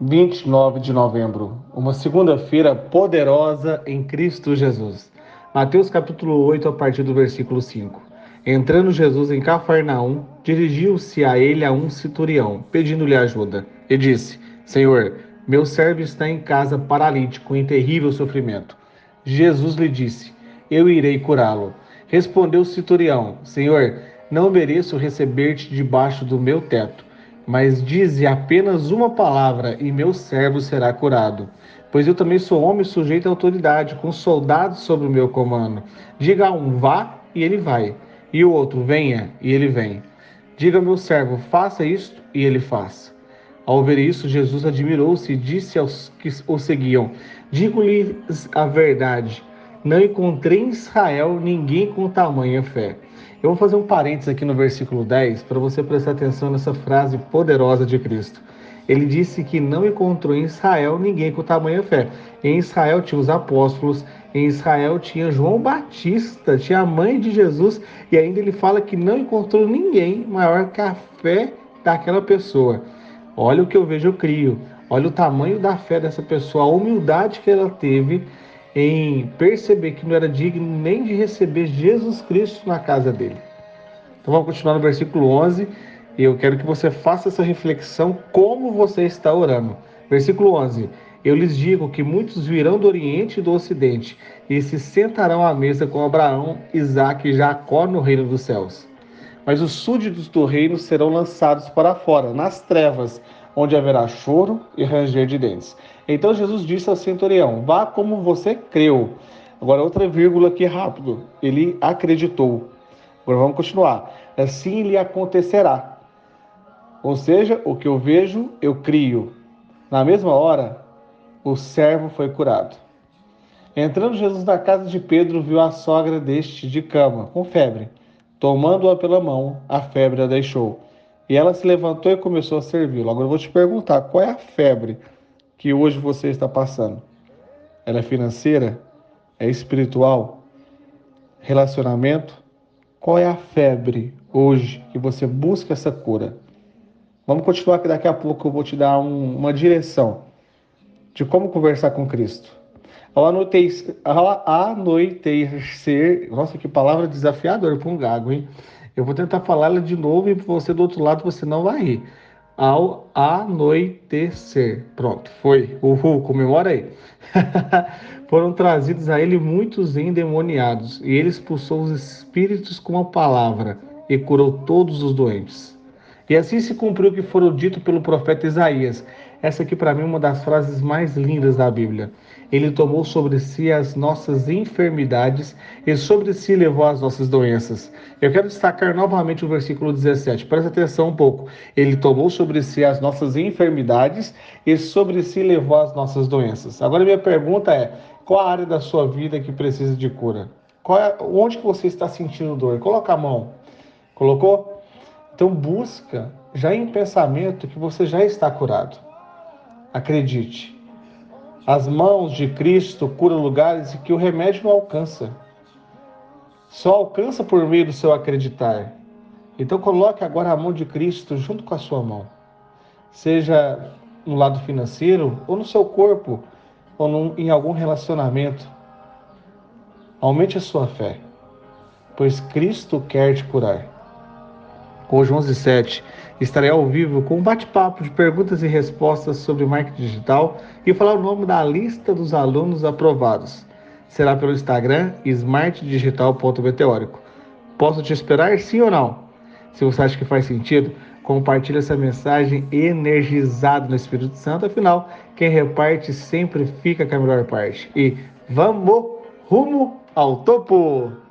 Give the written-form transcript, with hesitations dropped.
29 de novembro, uma segunda-feira poderosa em Cristo Jesus. Mateus capítulo 8, a partir do versículo 5. Entrando Jesus em Cafarnaum, dirigiu-se a ele um centurião, pedindo-lhe ajuda, e disse: Senhor, meu servo está em casa paralítico, em terrível sofrimento. Jesus lhe disse: Eu irei curá-lo. Respondeu o centurião: Senhor, não mereço receber-te debaixo do meu teto, mas dize apenas uma palavra e meu servo será curado. Pois eu também sou homem sujeito à autoridade, com soldados sob o meu comando. Diga a um: vá, e ele vai. E o outro: venha, e ele vem. Diga ao meu servo: faça isto, e ele faz. Ao ver isso, Jesus admirou-se e disse aos que o seguiam: digo-lhes a verdade, não encontrei em Israel ninguém com tamanha fé. Eu vou fazer um parênteses aqui no versículo 10 para você prestar atenção nessa frase poderosa de Cristo. Ele disse que não encontrou em Israel ninguém com tamanha fé. Em Israel tinha os apóstolos, em Israel tinha João Batista, tinha a mãe de Jesus, e ainda ele fala que não encontrou ninguém maior que a fé daquela pessoa. Olha o que eu vejo, eu crio. Olha o tamanho da fé dessa pessoa, a humildade que ela teve em perceber que não era digno nem de receber Jesus Cristo na casa dele. Então vamos continuar no versículo 11 e eu quero que você faça essa reflexão como você está orando. Versículo 11: Eu lhes digo que muitos virão do Oriente e do Ocidente e se sentarão à mesa com Abraão, Isaque e Jacó no reino dos céus. Mas os súditos do reino serão lançados para fora, nas trevas, onde haverá choro e ranger de dentes. Então Jesus disse ao centurião: vá como você creu. Agora outra vírgula aqui rápido. Ele acreditou. Agora vamos continuar. Assim lhe acontecerá. Ou seja, o que eu vejo, eu crio. Na mesma hora, o servo foi curado. Entrando Jesus na casa de Pedro, viu a sogra deste de cama, com febre. Tomando-a pela mão, a febre a deixou. E ela se levantou e começou a servi-lo. Agora eu vou te perguntar, qual é a febre que hoje você está passando? Ela é financeira? É espiritual? Relacionamento? Qual é a febre hoje que você busca essa cura? Vamos continuar que daqui a pouco eu vou te dar uma direção de como conversar com Cristo. Ao anoitecer, nossa, que palavra desafiadora para um gago, hein? Eu vou tentar falar ela de novo e você do outro lado você não vai rir. Ao anoitecer. Pronto, foi. Uhul, comemora aí. Foram trazidos a ele muitos endemoniados, e ele expulsou os espíritos com a palavra e curou todos os doentes. E assim se cumpriu o que foi dito pelo profeta Isaías. Essa aqui para mim é uma das frases mais lindas da Bíblia. Ele tomou sobre si as nossas enfermidades e sobre si levou as nossas doenças. Eu quero destacar novamente o versículo 17. Presta atenção um pouco. Ele tomou sobre si as nossas enfermidades e sobre si levou as nossas doenças. Agora minha pergunta é: qual a área da sua vida que precisa de cura? Onde que você está sentindo dor? Coloca a mão. Colocou? Então busca já em pensamento que você já está curado. Acredite. As mãos de Cristo curam lugares que o remédio não alcança. Só alcança por meio do seu acreditar. Então coloque agora a mão de Cristo junto com a sua mão. Seja no lado financeiro, ou no seu corpo, ou em algum relacionamento. Aumente a sua fé, pois Cristo quer te curar. Hoje, 11h07, estarei ao vivo com um bate-papo de perguntas e respostas sobre marketing digital e falar o nome da lista dos alunos aprovados. Será pelo Instagram smartdigital.meteórico. Posso te esperar, sim ou não? Se você acha que faz sentido, compartilhe essa mensagem energizado no Espírito Santo. Afinal, quem reparte sempre fica com a melhor parte. E vamos rumo ao topo!